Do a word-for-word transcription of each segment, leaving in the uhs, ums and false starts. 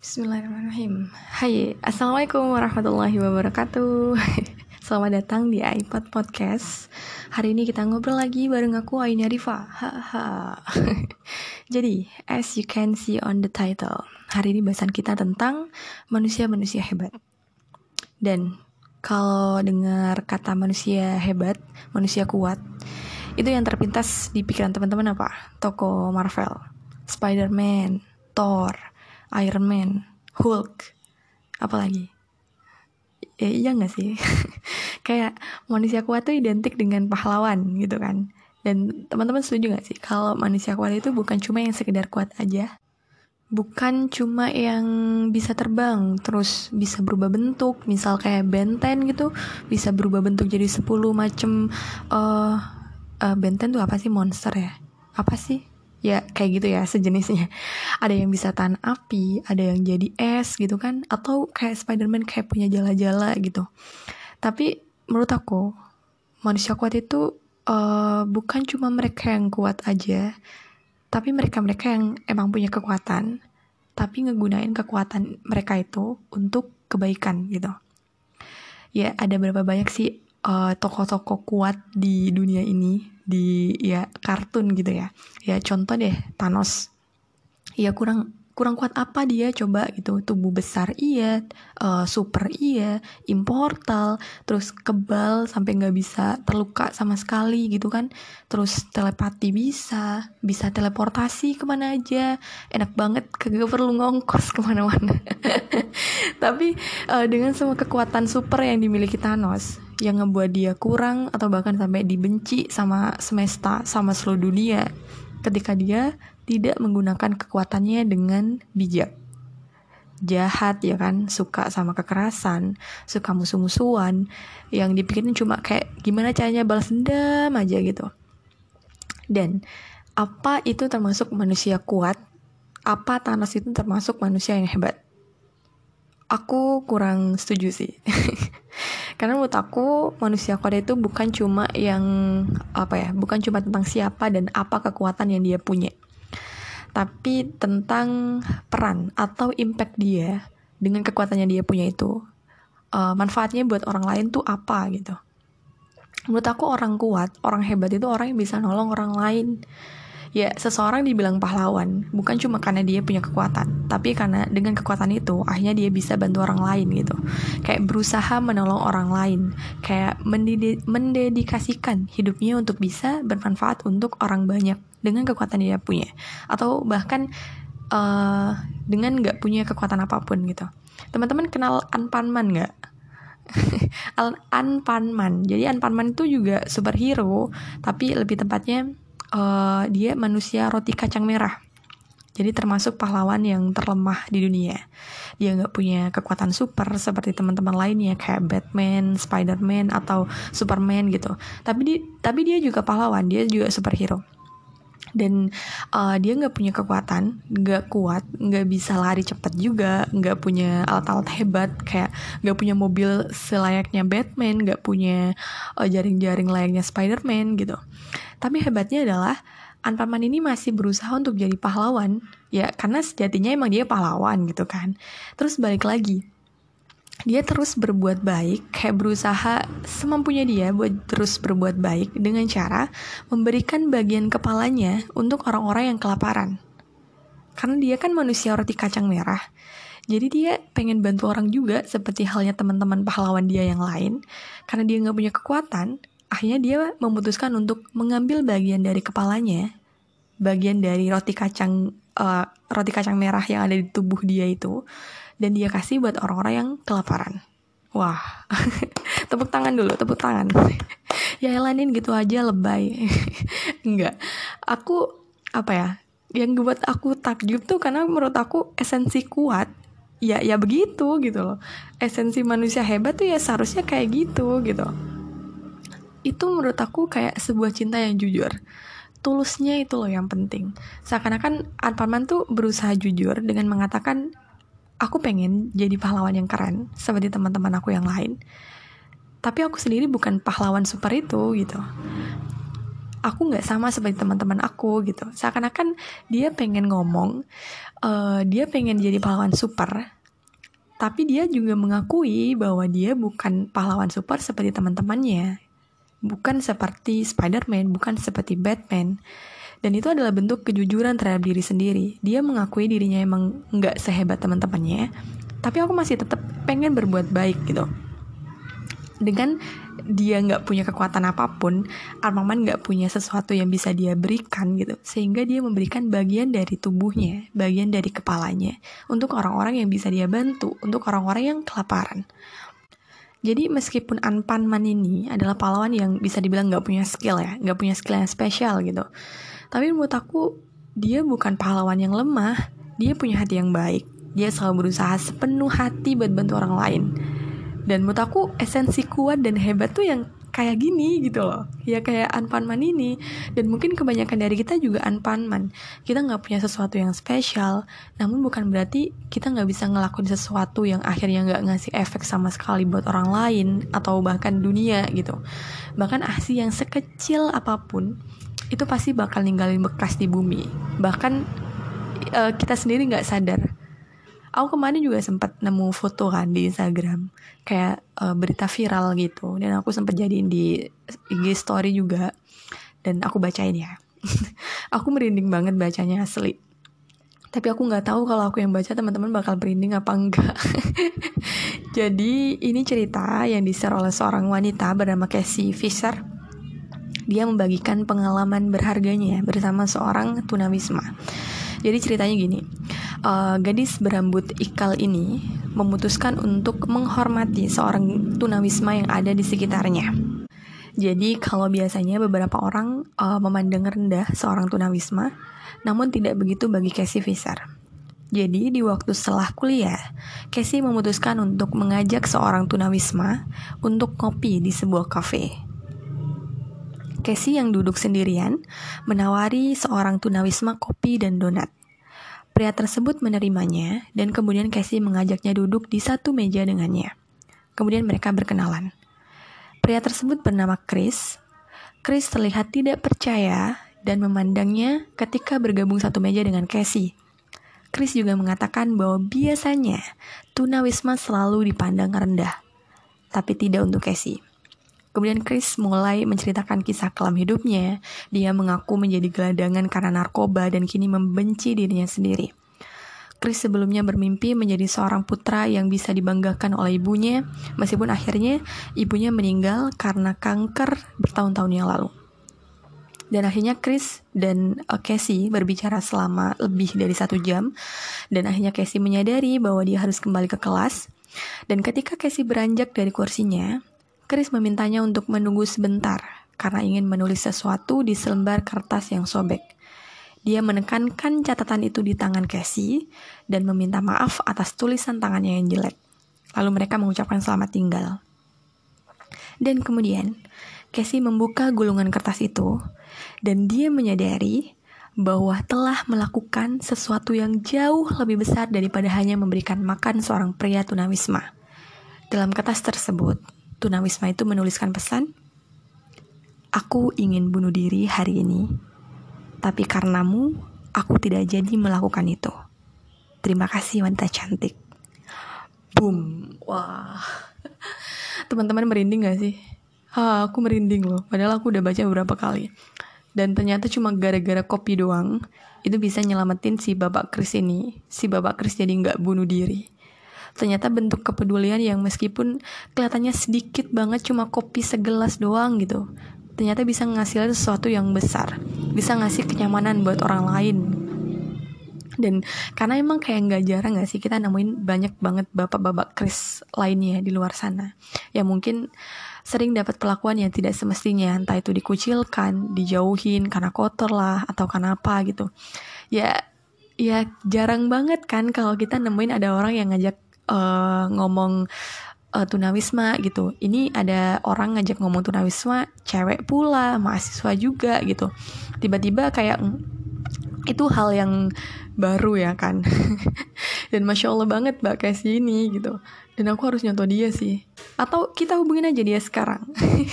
Bismillahirrahmanirrahim. Hai, Assalamualaikum warahmatullahi wabarakatuh. Selamat datang di iPod Podcast. Hari ini kita ngobrol lagi bareng aku, Aina Rifa. Haha. Jadi, as you can see on the title, hari ini bahasan kita tentang manusia-manusia hebat. Dan kalau dengar kata manusia hebat, manusia kuat, itu yang terpintas di pikiran teman-teman apa? Tokoh Marvel, Spider-Man, Thor, Iron Man, Hulk, apalagi? Ya iya gak sih? Kayak manusia kuat tuh identik dengan pahlawan gitu kan. Dan teman-teman setuju gak sih kalau manusia kuat itu bukan cuma yang sekedar kuat aja, bukan cuma yang bisa terbang terus bisa berubah bentuk, misal kayak Ben ten gitu, bisa berubah bentuk jadi sepuluh macam uh, uh, Ben ten tuh apa sih, monster ya? Apa sih? Ya kayak gitu ya, sejenisnya. Ada yang bisa tahan api, ada yang jadi es gitu kan, atau kayak Spider-Man kayak punya jala-jala gitu. Tapi menurut aku manusia kuat itu uh, bukan cuma mereka yang kuat aja, tapi mereka-mereka yang emang punya kekuatan, tapi ngegunain kekuatan mereka itu untuk kebaikan gitu. Ya ada berapa banyak sih uh, tokoh-tokoh kuat di dunia ini, di ya kartun gitu ya. Ya contoh deh Thanos. Ya kurang kurang kuat apa dia coba gitu, tubuh besar iya, uh, super iya, immortal, terus kebal sampai nggak bisa terluka sama sekali gitu kan, terus telepati bisa, bisa teleportasi kemana aja, enak banget, kagak perlu ngongkos kemana-mana. Tapi uh, dengan semua kekuatan super yang dimiliki Thanos, yang ngebuat dia kurang atau bahkan sampai dibenci sama semesta, sama seluruh dunia, ketika dia tidak menggunakan kekuatannya dengan bijak. Jahat ya kan, suka sama kekerasan, suka musuh-musuhan, yang dipikirin cuma kayak gimana caranya balas dendam aja gitu. Dan apa itu termasuk manusia kuat? Apa Thanos itu termasuk manusia yang hebat? Aku kurang setuju sih. Karena menurut aku manusia kuat itu bukan cuma yang apa ya, bukan cuma tentang siapa dan apa kekuatan yang dia punya, tapi tentang peran atau impact dia dengan kekuatan yang dia punya itu, uh, manfaatnya buat orang lain tuh apa gitu. Menurut aku orang kuat, orang hebat itu orang yang bisa nolong orang lain. Ya seseorang dibilang pahlawan bukan cuma karena dia punya kekuatan, tapi karena dengan kekuatan itu akhirnya dia bisa bantu orang lain gitu. Kayak berusaha menolong orang lain, kayak mended- mendedikasikan hidupnya untuk bisa bermanfaat untuk orang banyak dengan kekuatan yang dia punya, atau bahkan uh, dengan gak punya kekuatan apapun gitu. Teman-teman kenal Anpanman gak? Anpanman. Jadi Anpanman itu juga superhero, tapi lebih tepatnya Uh, dia manusia roti kacang merah. Jadi termasuk pahlawan yang terlemah di dunia. Dia gak punya kekuatan super seperti teman-teman lainnya kayak Batman, Spider-Man, atau Superman gitu. Tapi dia, tapi dia juga pahlawan, dia juga superhero. Dan uh, dia gak punya kekuatan, gak kuat, gak bisa lari cepat juga, gak punya alat-alat hebat, kayak gak punya mobil selayaknya Batman, gak punya uh, jaring-jaring layaknya Spider-Man gitu. Tapi hebatnya adalah Anpanman ini masih berusaha untuk jadi pahlawan. Ya karena sejatinya emang dia pahlawan gitu kan. Terus balik lagi, dia terus berbuat baik, kayak berusaha semampunya dia buat terus berbuat baik dengan cara memberikan bagian kepalanya untuk orang-orang yang kelaparan. Karena dia kan manusia roti kacang merah, jadi dia pengen bantu orang juga seperti halnya teman-teman pahlawan dia yang lain. Karena dia gak punya kekuatan, akhirnya dia memutuskan untuk mengambil bagian dari kepalanya, bagian dari roti kacang uh, roti kacang merah yang ada di tubuh dia itu, dan dia kasih buat orang-orang yang kelaparan. Wah, tepuk tangan dulu, tepuk tangan. Ya elanin gitu aja lebay. Enggak, aku apa ya? Yang buat aku takjub tuh karena menurut aku esensi kuat ya ya begitu gitu loh. Esensi manusia hebat tuh ya seharusnya kayak gitu gitu. Itu menurut aku kayak sebuah cinta yang jujur. Tulusnya itu loh yang penting. Seakan-akan Anpanman tuh berusaha jujur dengan mengatakan, aku pengen jadi pahlawan yang keren seperti teman-teman aku yang lain, tapi aku sendiri bukan pahlawan super itu gitu. Aku gak sama seperti teman-teman aku gitu. Seakan-akan dia pengen ngomong, uh, dia pengen jadi pahlawan super, tapi dia juga mengakui bahwa dia bukan pahlawan super seperti teman-temannya, bukan seperti Spider-Man, bukan seperti Batman. Dan itu adalah bentuk kejujuran terhadap diri sendiri. Dia mengakui dirinya emang nggak sehebat teman-temannya, tapi aku masih tetap pengen berbuat baik gitu. Dengan dia nggak punya kekuatan apapun, Armaman nggak punya sesuatu yang bisa dia berikan gitu, sehingga dia memberikan bagian dari tubuhnya, bagian dari kepalanya, untuk orang-orang yang bisa dia bantu, untuk orang-orang yang kelaparan. Jadi meskipun Anpanman ini adalah pahlawan yang bisa dibilang nggak punya skill ya, nggak punya skill yang spesial gitu, tapi menurut aku dia bukan pahlawan yang lemah. Dia punya hati yang baik, dia selalu berusaha sepenuh hati buat bantu orang lain. Dan menurut aku esensi kuat dan hebat tuh yang kayak gini gitu loh, ya kayak Anpanman ini. Dan mungkin kebanyakan dari kita juga Anpanman. Kita gak punya sesuatu yang spesial, namun bukan berarti kita gak bisa ngelakuin sesuatu yang akhirnya gak ngasih efek sama sekali buat orang lain, atau bahkan dunia gitu. Bahkan aksi yang sekecil apapun itu pasti bakal ninggalin bekas di bumi. Bahkan uh, kita sendiri gak sadar. Aku kemarin juga sempat nemu foto kan di Instagram, kayak uh, berita viral gitu, dan aku sempat jadiin di I G story juga, dan aku bacain ya. Aku merinding banget bacanya asli. Tapi aku nggak tahu kalau aku yang baca teman-teman bakal merinding apa enggak. Jadi ini cerita yang di-share oleh seorang wanita bernama Casey Fisher. Dia membagikan pengalaman berharganya bersama seorang tunawisma. Jadi ceritanya gini, uh, gadis berambut ikal ini memutuskan untuk menghormati seorang tunawisma yang ada di sekitarnya. Jadi kalau biasanya beberapa orang uh, memandang rendah seorang tunawisma, namun tidak begitu bagi Casey Fisher. Jadi di waktu setelah kuliah, Casey memutuskan untuk mengajak seorang tunawisma untuk kopi di sebuah kafe. Casey yang duduk sendirian menawari seorang tunawisma kopi dan donat. Pria tersebut menerimanya dan kemudian Casey mengajaknya duduk di satu meja dengannya. Kemudian mereka berkenalan. Pria tersebut bernama Chris. Chris terlihat tidak percaya dan memandangnya ketika bergabung satu meja dengan Casey. Chris juga mengatakan bahwa biasanya tunawisma selalu dipandang rendah, tapi tidak untuk Casey. Kemudian Chris mulai menceritakan kisah kelam hidupnya. Dia mengaku menjadi gelandangan karena narkoba dan kini membenci dirinya sendiri. Chris sebelumnya bermimpi menjadi seorang putra yang bisa dibanggakan oleh ibunya, meskipun akhirnya ibunya meninggal karena kanker bertahun-tahun yang lalu. Dan akhirnya Chris dan uh, Casey berbicara selama lebih dari satu jam. Dan akhirnya Casey menyadari bahwa dia harus kembali ke kelas. Dan ketika Casey beranjak dari kursinya, Chris memintanya untuk menunggu sebentar karena ingin menulis sesuatu di selembar kertas yang sobek. Dia menekankan catatan itu di tangan Casey dan meminta maaf atas tulisan tangannya yang jelek. Lalu mereka mengucapkan selamat tinggal. Dan kemudian Casey membuka gulungan kertas itu dan dia menyadari bahwa telah melakukan sesuatu yang jauh lebih besar daripada hanya memberikan makan seorang pria tunawisma. Dalam kertas tersebut, tunawisma itu menuliskan pesan, "Aku ingin bunuh diri hari ini, tapi karenamu, aku tidak jadi melakukan itu. Terima kasih wanita cantik." Boom. Wah. Teman-teman merinding gak sih? Ha, aku merinding loh. Padahal aku udah baca beberapa kali. Dan ternyata cuma gara-gara kopi doang, itu bisa nyelamatin si Bapak Chris ini. Si Bapak Chris jadi gak bunuh diri. Ternyata bentuk kepedulian yang meskipun kelihatannya sedikit banget, cuma kopi segelas doang gitu, ternyata bisa ngasilin sesuatu yang besar, bisa ngasih kenyamanan buat orang lain. Dan karena emang kayak gak jarang gak sih kita nemuin banyak banget bapak-bapak Chris lainnya di luar sana yang mungkin sering dapat perlakuan yang tidak semestinya, entah itu dikucilkan, dijauhin karena kotor lah, atau karena apa gitu. Ya, ya jarang banget kan kalau kita nemuin ada orang yang ngajak Uh, ngomong uh, tunawisma gitu. Ini ada orang ngajak ngomong tunawisma, cewek pula, mahasiswa juga gitu. Tiba-tiba kayak itu hal yang baru ya kan. Dan Masya Allah banget Mbak Casey ini gitu. Dan aku harus nyontoh dia sih. Atau kita hubungin aja dia sekarang.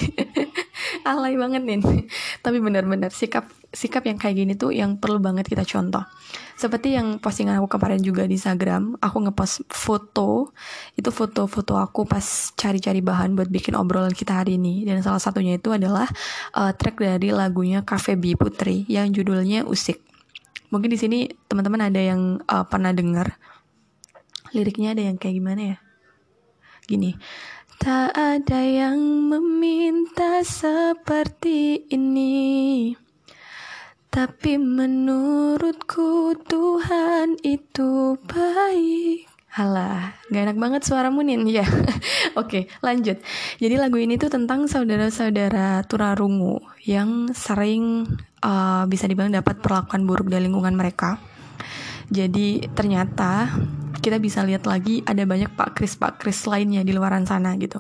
Alay banget nih. Tapi benar-benar sikap sikap yang kayak gini tuh yang perlu banget kita contoh. Seperti yang postingan aku kemarin juga di Instagram, aku ngepost foto, itu foto-foto aku pas cari-cari bahan buat bikin obrolan kita hari ini. Dan salah satunya itu adalah uh, track dari lagunya Cafe B Putri yang judulnya Usik. Mungkin di sini teman-teman ada yang uh, pernah dengar. Liriknya ada yang kayak gimana ya? Gini. Tak ada yang meminta seperti ini, tapi menurutku Tuhan itu baik. Halah, gak enak banget suara Munin ya. Oke, lanjut. Jadi lagu ini tuh tentang saudara-saudara tunarungu yang sering uh, bisa dibilang dapat perlakuan buruk dari lingkungan mereka. Jadi ternyata kita bisa lihat lagi ada banyak Pak Kris Pak Kris lainnya di luaran sana gitu.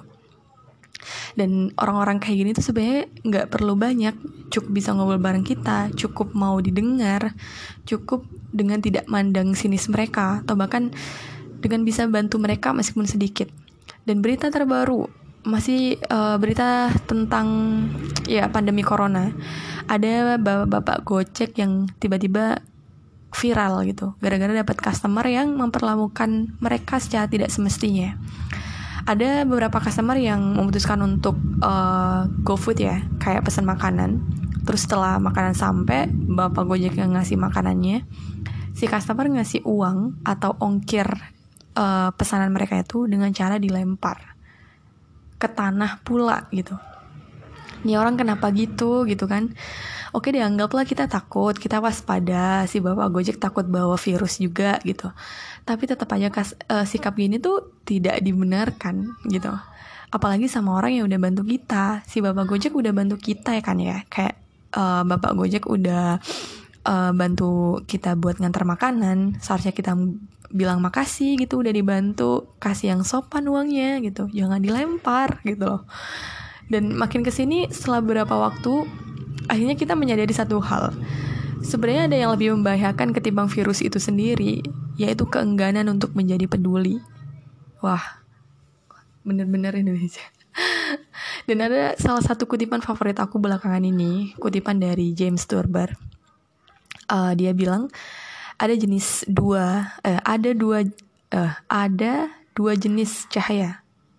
Dan orang-orang kayak gini tuh sebenarnya nggak perlu banyak, cukup bisa ngobrol bareng kita, cukup mau didengar, cukup dengan tidak mandang sinis mereka, atau bahkan dengan bisa bantu mereka meskipun sedikit. Dan berita terbaru masih uh, berita tentang ya pandemi corona, ada bapak-bapak Gojek yang tiba-tiba viral gitu, gara-gara dapat customer yang memperlakukan mereka secara tidak semestinya. Ada beberapa customer yang memutuskan untuk uh, GoFood ya, kayak pesan makanan. Terus setelah makanan sampai, bapak Gojek yang ngasih makanannya, si customer ngasih uang atau ongkir uh, pesanan mereka itu dengan cara dilempar ke tanah pula gitu. Ini orang kenapa gitu gitu kan? Oke, dianggaplah kita takut, kita waspada, si bapak Gojek takut bawa virus juga gitu. Tapi tetap aja kas, uh, sikap gini tuh tidak dibenarkan gitu. Apalagi sama orang yang udah bantu kita. Si bapak Gojek udah bantu kita ya kan ya. Kayak uh, bapak Gojek udah uh, bantu kita buat ngantar makanan. Seharusnya kita bilang makasih gitu, udah dibantu, kasih yang sopan uangnya gitu. Jangan dilempar gitu loh. Dan makin kesini setelah beberapa waktu, akhirnya kita menyadari satu hal. Sebenarnya ada yang lebih membahayakan ketimbang virus itu sendiri, yaitu keengganan untuk menjadi peduli. Wah, bener-bener Indonesia. Dan ada salah satu kutipan favorit aku belakangan ini, kutipan dari James Thurber. Uh, dia bilang, ada jenis dua, eh, ada dua, eh, ada dua jenis cahaya,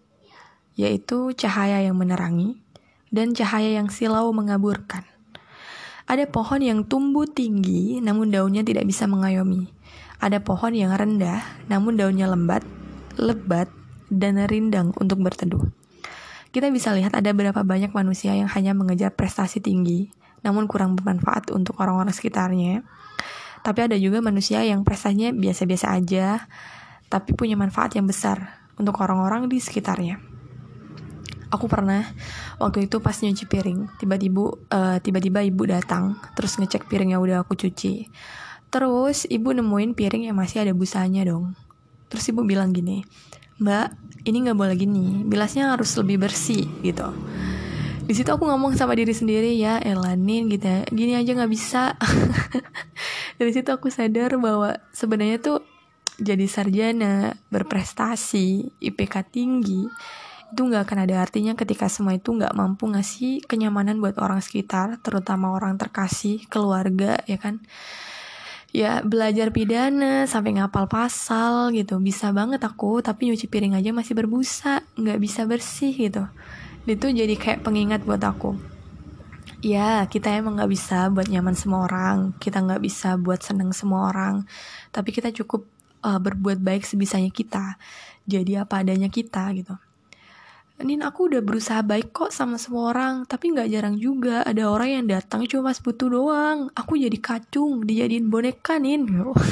yaitu cahaya yang menerangi dan cahaya yang silau mengaburkan. Ada pohon yang tumbuh tinggi namun daunnya tidak bisa mengayomi. Ada pohon yang rendah namun daunnya lembat, lebat, dan rindang untuk berteduh. Kita bisa lihat ada berapa banyak manusia yang hanya mengejar prestasi tinggi namun kurang bermanfaat untuk orang-orang sekitarnya. Tapi ada juga manusia yang prestasinya biasa-biasa aja tapi punya manfaat yang besar untuk orang-orang di sekitarnya. Aku pernah waktu itu pas nyuci piring, tiba-tiba uh, tiba-tiba ibu datang, terus ngecek piring yang udah aku cuci. Terus ibu nemuin piring yang masih ada busanya dong. Terus ibu bilang gini, "Mbak, ini nggak boleh gini, bilasnya harus lebih bersih gitu." Di situ aku ngomong sama diri sendiri, ya Elanin gitu, ya, gini aja nggak bisa. Dari situ aku sadar bahwa sebenarnya tuh jadi sarjana, berprestasi, I P K tinggi, itu gak akan ada artinya ketika semua itu gak mampu ngasih kenyamanan buat orang sekitar, terutama orang terkasih, keluarga, ya kan. Ya belajar pidana sampai ngapal pasal gitu, bisa banget aku, tapi nyuci piring aja masih berbusa, gak bisa bersih gitu. Itu jadi kayak pengingat buat aku. Ya kita emang gak bisa buat nyaman semua orang, kita gak bisa buat seneng semua orang, tapi kita cukup uh, berbuat baik sebisanya kita, jadi apa adanya kita gitu. Nin, aku udah berusaha baik kok sama semua orang, tapi gak jarang juga ada orang yang datang cuma pas butuh doang. Aku jadi kacung, dijadiin boneka, Nin.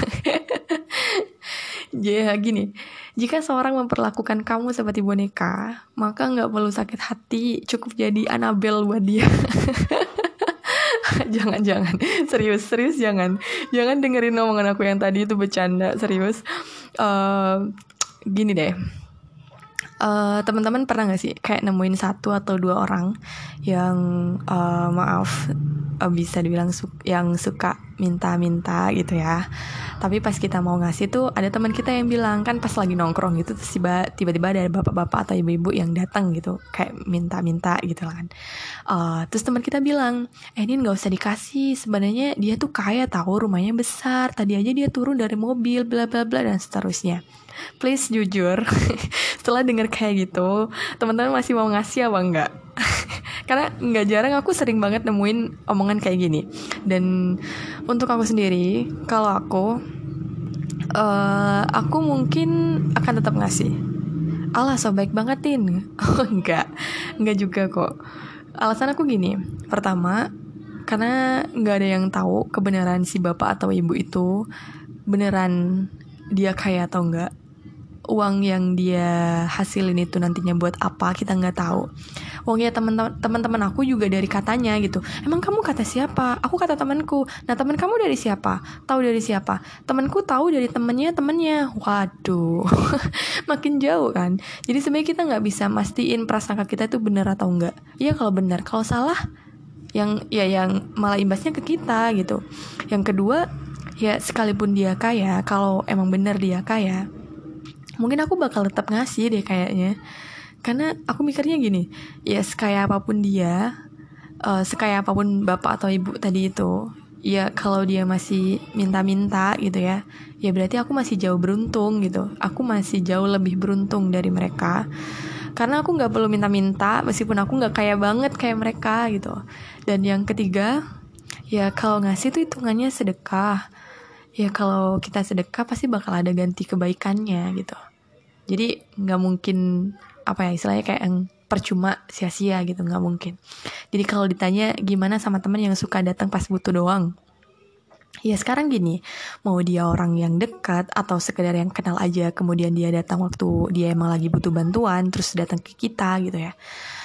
Ya gini, jika seorang memperlakukan kamu seperti boneka, maka gak perlu sakit hati, cukup jadi Annabelle buat dia. Jangan-jangan, serius-serius jangan. Jangan dengerin omongan aku yang tadi itu bercanda, serius. uh, Gini deh, Uh, teman-teman pernah gak sih kayak nemuin satu atau dua orang yang uh, maaf uh, bisa dibilang su- yang suka minta-minta gitu ya. Tapi pas kita mau ngasih tuh ada teman kita yang bilang, kan pas lagi nongkrong gitu terus tiba- tiba-tiba ada bapak-bapak atau ibu-ibu yang datang gitu kayak minta-minta gitu kan. Uh, terus teman kita bilang, eh ini nggak usah dikasih, sebenarnya dia tuh kaya tahu, rumahnya besar, tadi aja dia turun dari mobil bla bla bla dan seterusnya. Please jujur, setelah denger kayak gitu, teman-teman masih mau ngasih apa enggak? Karena nggak jarang aku sering banget nemuin omongan kayak gini. Dan untuk aku sendiri, kalau aku, uh, aku mungkin akan tetap ngasih. Alah, so baik banget Tin. Oh enggak, enggak juga kok. Alasan aku gini, pertama, karena nggak ada yang tahu kebenaran si bapak atau ibu itu beneran dia kaya atau enggak. Uang yang dia hasilin itu nantinya buat apa kita nggak tahu. Uangnya teman-teman teman-teman aku juga dari katanya gitu. Emang kamu kata siapa? Aku kata temanku. Nah teman kamu dari siapa? Tahu dari siapa? Temanku tahu dari temennya temennya. Waduh, makin jauh kan. Jadi sebenarnya kita nggak bisa mastiin prasangka kita itu benar atau enggak. Iya kalau benar, kalau salah yang ya yang malah imbasnya ke kita gitu. Yang kedua, ya sekalipun dia kaya, kalau emang benar dia kaya, mungkin aku bakal tetap ngasih deh kayaknya. Karena aku mikirnya gini, ya sekaya apapun dia, uh, sekaya apapun bapak atau ibu tadi itu, ya kalau dia masih minta-minta gitu ya, ya berarti aku masih jauh beruntung gitu. Aku masih jauh lebih beruntung dari mereka. Karena aku gak perlu minta-minta, meskipun aku gak kaya banget kayak mereka gitu. Dan yang ketiga, ya kalau ngasih tuh hitungannya sedekah. Ya kalau kita sedekah pasti bakal ada ganti kebaikannya gitu. Jadi gak mungkin apa ya istilahnya kayak yang percuma sia-sia gitu, gak mungkin. Jadi kalau ditanya gimana sama teman yang suka datang pas butuh doang, ya sekarang gini, mau dia orang yang dekat atau sekedar yang kenal aja, kemudian dia datang waktu dia emang lagi butuh bantuan terus datang ke kita gitu ya,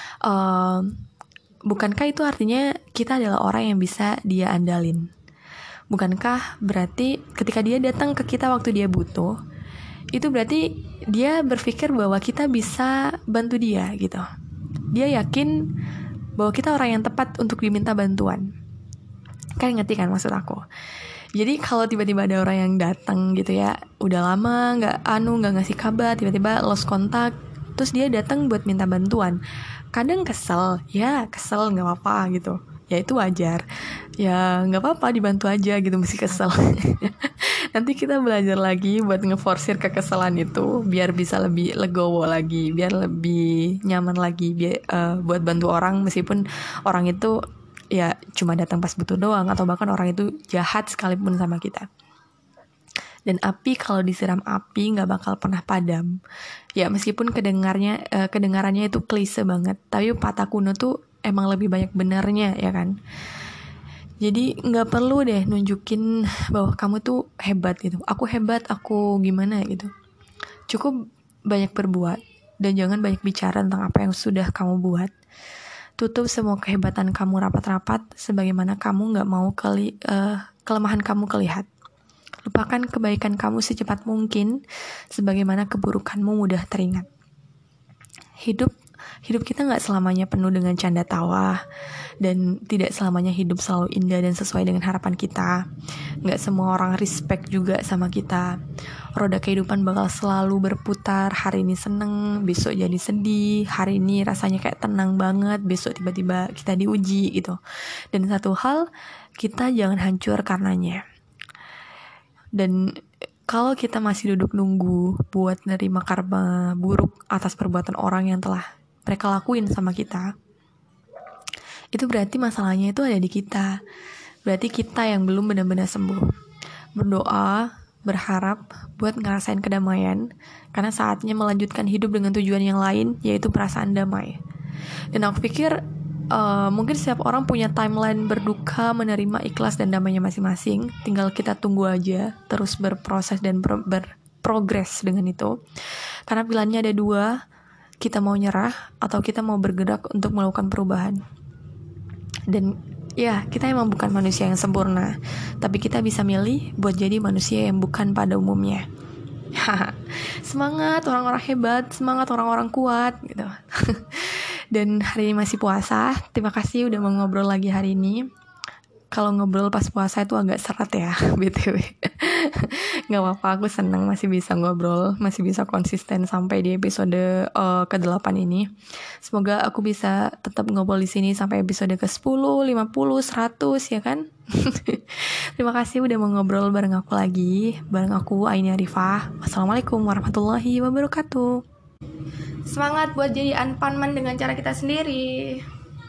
um, bukankah itu artinya kita adalah orang yang bisa dia andalin? Bukankah berarti ketika dia datang ke kita waktu dia butuh, itu berarti dia berpikir bahwa kita bisa bantu dia gitu. Dia yakin bahwa kita orang yang tepat untuk diminta bantuan. Kalian ngerti kan maksud aku? Jadi kalau tiba-tiba ada orang yang datang gitu ya, udah lama nggak anu nggak ngasih kabar, tiba-tiba lost kontak, terus dia datang buat minta bantuan, kadang kesel, ya kesel nggak apa-apa gitu. Ya itu wajar, ya nggak apa-apa dibantu aja gitu, mesti kesel. Nanti kita belajar lagi buat ngeforsir kekesalan itu biar bisa lebih legowo lagi, biar lebih nyaman lagi, biar uh, buat bantu orang meskipun orang itu ya cuma datang pas butuh doang, atau bahkan orang itu jahat sekalipun sama kita. Dan api kalau disiram api nggak bakal pernah padam. Ya meskipun kedengarnya uh, kedengarannya itu klise banget, tapi patah kuno tuh emang lebih banyak benarnya ya kan. Jadi nggak perlu deh nunjukin bahwa kamu tuh hebat gitu. Aku hebat, aku gimana gitu. Cukup banyak berbuat dan jangan banyak bicara tentang apa yang sudah kamu buat. Tutup semua kehebatan kamu rapat-rapat, sebagaimana kamu nggak mau keli, uh, kelemahan kamu kelihat. Lupakan kebaikan kamu secepat mungkin, sebagaimana keburukanmu mudah teringat. Hidup Hidup kita gak selamanya penuh dengan canda tawa, dan tidak selamanya hidup selalu indah dan sesuai dengan harapan kita. Gak semua orang respect juga sama kita. Roda kehidupan bakal selalu berputar. Hari ini seneng, besok jadi sedih. Hari ini rasanya kayak tenang banget, besok tiba-tiba kita diuji gitu. Dan satu hal, kita jangan hancur karenanya. Dan kalau kita masih duduk nunggu buat nerima karma buruk atas perbuatan orang yang telah mereka lakuin sama kita, itu berarti masalahnya itu ada di kita. Berarti kita yang belum benar-benar sembuh. Berdoa, berharap buat ngerasain kedamaian, karena saatnya melanjutkan hidup dengan tujuan yang lain, yaitu perasaan damai. Dan aku pikir uh, mungkin setiap orang punya timeline berduka, menerima, ikhlas, dan damainya masing-masing. Tinggal kita tunggu aja, terus berproses dan ber- berprogres dengan itu. Karena pilihannya ada dua, kita mau nyerah atau kita mau bergerak untuk melakukan perubahan. Dan ya, kita emang bukan manusia yang sempurna, tapi kita bisa milih buat jadi manusia yang bukan pada umumnya. Semangat orang-orang hebat, semangat orang-orang kuat gitu. Dan hari ini masih puasa. Terima kasih udah mau ngobrol lagi hari ini. kalau ngobrol pas puasa itu agak seret ya, B T W. Gak apa-apa, aku seneng masih bisa ngobrol, masih bisa konsisten sampai di episode uh, ke delapan ini. Semoga aku bisa tetap ngobrol di sini sampai episode ke sepuluh, lima puluh, seratus ya kan? Terima kasih udah mau ngobrol bareng aku lagi, bareng aku Aini Arifah. Wassalamualaikum warahmatullahi wabarakatuh. Semangat buat jadi unpanman dengan cara kita sendiri.